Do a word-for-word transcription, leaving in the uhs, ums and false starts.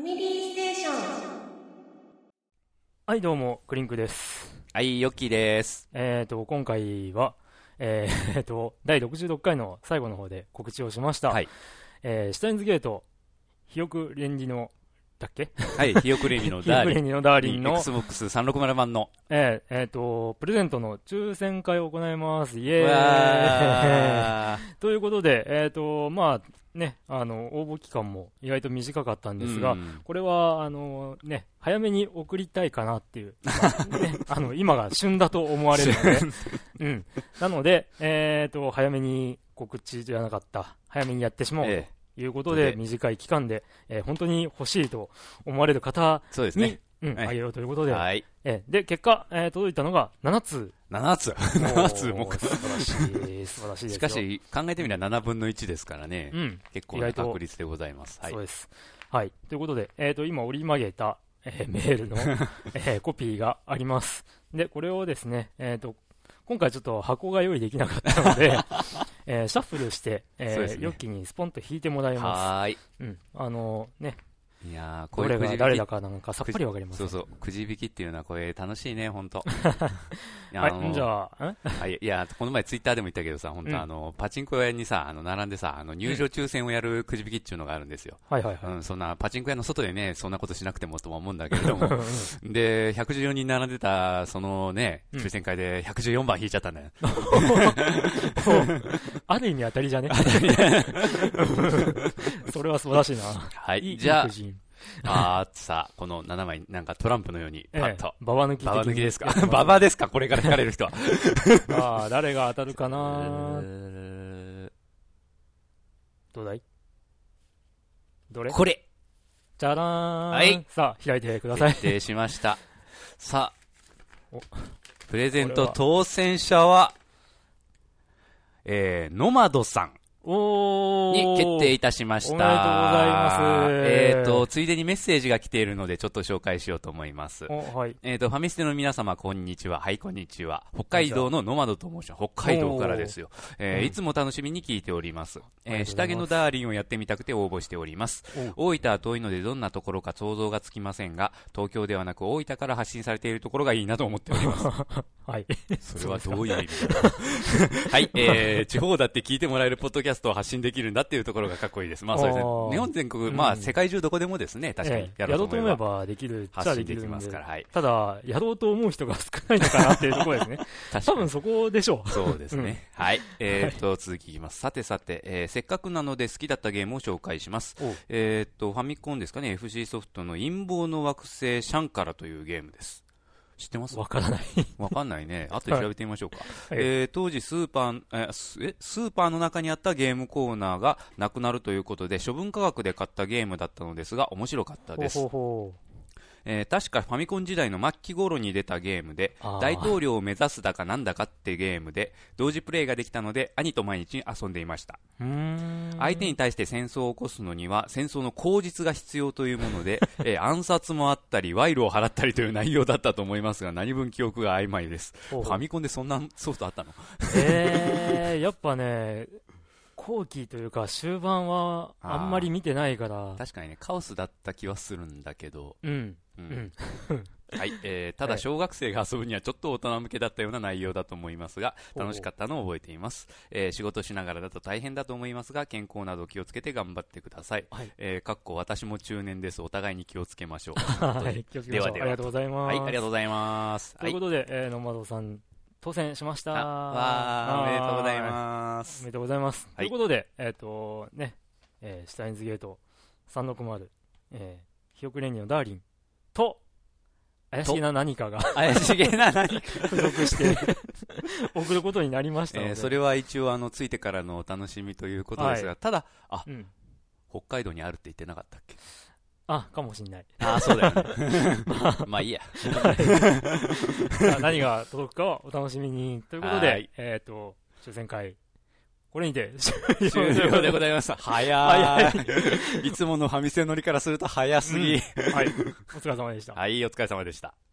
ミリーステーション。 はい、どうもクリンクです。 はい、ヨッキーです。 えーと今回はえーとだいろくじゅうろっかいの最後の方で告知をしました。 はい。 えー、シュタインズゲートひよくレンジのだっけはい、ひよくレンジのダーリン。 ひよくレンジのダーリンの Xbox さんびゃくろくじゅう版の。 えー、えーとプレゼントの抽選会を行います。イエーイということで、えーとまあね、あの応募期間も意外と短かったんですが、これはあの、ね、早めに送りたいかなっていう、まあね、あの今が旬だと思われるので、うん、なので、えーと早めに告知じゃなかった早めにやってしまおうと。ええいうことで、短い期間で、えー、本当に欲しいと思われる方に、そうですね、うん、はい、あげようということで、はい、えー、で、結果、えー、届いたのがななつ。 ななつ ?なな つも素晴らしい、素晴らしいですよ。 しかし、考えてみればななぶんのいちですからね。うん。結構な確率でございます。 はい。そうです。はい。ということで、えっと、今折り曲げた、えー、メールの、えー、コピーがあります。で、これをですね、えっと、今回ちょっと箱が用意できなかったので、えー、シャッフルして、えーね、ヨッキーにスポンと引いてもらいます。 はーい。 うん。あのー、ね。 いやー、これが誰だかなんかさっぱりわかりません。 そうそう。くじ引きっていうのはこれ楽しいね、ほんと。 はい、じゃあ、 はい、いや、この前ツイッターでも言ったけどさ、本当、うん、あの、パチンコ屋にさ、あの、並んでさ、あの、入場抽選をやるくじ引きっていうのがあるんですよ。 はいはいはい。 うん、そんな、パチンコ屋の外でね、そんなことしなくてもとは思うんだけれども。で、ひゃくじゅうよにん並んでた、そのね、抽選会でひゃくじゅうよんばん引いちゃったんだよ。 ある意味当たりじゃねそれは素晴らしいな。 はい、いいじゃあ、あーさあ、このななまい、なんかトランプのように、パッと。 ババ抜き。 ババ抜きですかババですかこれから引かれる人は。 ああ、誰が当たるかなどうだいどれこれじゃらーん。 はい。 さあ、開いてください。 決定しました。さあ、プレゼント当選者は、えー、ノマドさん。 おーに決定いたしました。 おめでとうございます。 えっ、ー、と、ついでにメッセージが来ているので、ちょっと紹介しようと思います。 はい、 えっ、ー、と、ファミステの皆様、こんにちは。はい、こんにちは。北海道のノマドと申します。北海道からですよ。えーうん、いつも楽しみに聞いております。えー、下着のダーリンをやってみたくて応募しております。大分は遠いのでどんなところか想像がつきませんが、東京ではなく大分から発信されているところがいいなと思っております。 はい。 それはどういう意味だはい、えー、地方だって聞いてもらえるポッドキャストを発信できるんだっていうところがかっこいいです。まあそうですね。日本全国、まあ世界中どこでもですね、確かにやろうと思えばできるっちゃできるんで、 発信できますから、はい。 ただ、やろうと思う人が少ないのかなっていうところですね。多分そこでしょう。 そうですね。はい。えっと、続きいきます。さてさて、えー、せっかくなので好きだったゲームを紹介します。えっと、ファミコンですかね、エフシー ソフトの陰謀の惑星シャンカラというゲームです。知ってます？ わからない。 わかんないね。後で調べてみましょうか。はい、えー、当時スーパー、えー、スーパーの中にあったゲームコーナーがなくなるということで、処分価格で買ったゲームだったのですが、面白かったです。 ほうほうほうえー、確かファミコン時代の末期頃に出たゲームで、大統領を目指すだかなんだかってゲームで、同時プレイができたので、兄と毎日遊んでいました。 うーん相手に対して戦争を起こすのには、戦争の口実が必要というもので、えー、暗殺もあったり、賄賂を払ったりという内容だったと思いますが、何分記憶が曖昧です。ファミコンでそんなソフトあったの？ えー、やっぱね、後期というか終盤はあんまり見てないから。 確かにね、カオスだった気はするんだけど。 うん。 うん。はい、えー、ただ小学生が遊ぶにはちょっと大人向けだったような内容だと思いますが、楽しかったのを覚えています。えー、仕事しながらだと大変だと思いますが、健康など気をつけて頑張ってください。はい、えー、かっこ私も中年です。お互いに気をつけましょう。 はい、気をつけましょう。ではでは。ありがとうございます。 はい、ありがとうございます。 ということで、えー、ノマドさん、当選しました。 わー、おめでとうございます。 おめでとうございます。はい、ということで、えっ、ー、と、ね、えー、シュタインズゲートさんろくまる、えー、ひよくレンジのダーリンと、怪しげな何かが怪しげな何か付属して送ることになりましたので、 えー、それは一応あのついてからのお楽しみということですが、はい、ただあ、うん、北海道にあるって言ってなかったっけ？ あ、かもしんない。 あ、そうだよね。まあ、まあいいや。 はい、何が届くかはお楽しみにということで、えっ、ー、と抽選会これにて終了でございます。早い。いつものファミセ乗りからすると早すぎ。 うん、はい。お疲れ様でした。 はい、お疲れ様でした。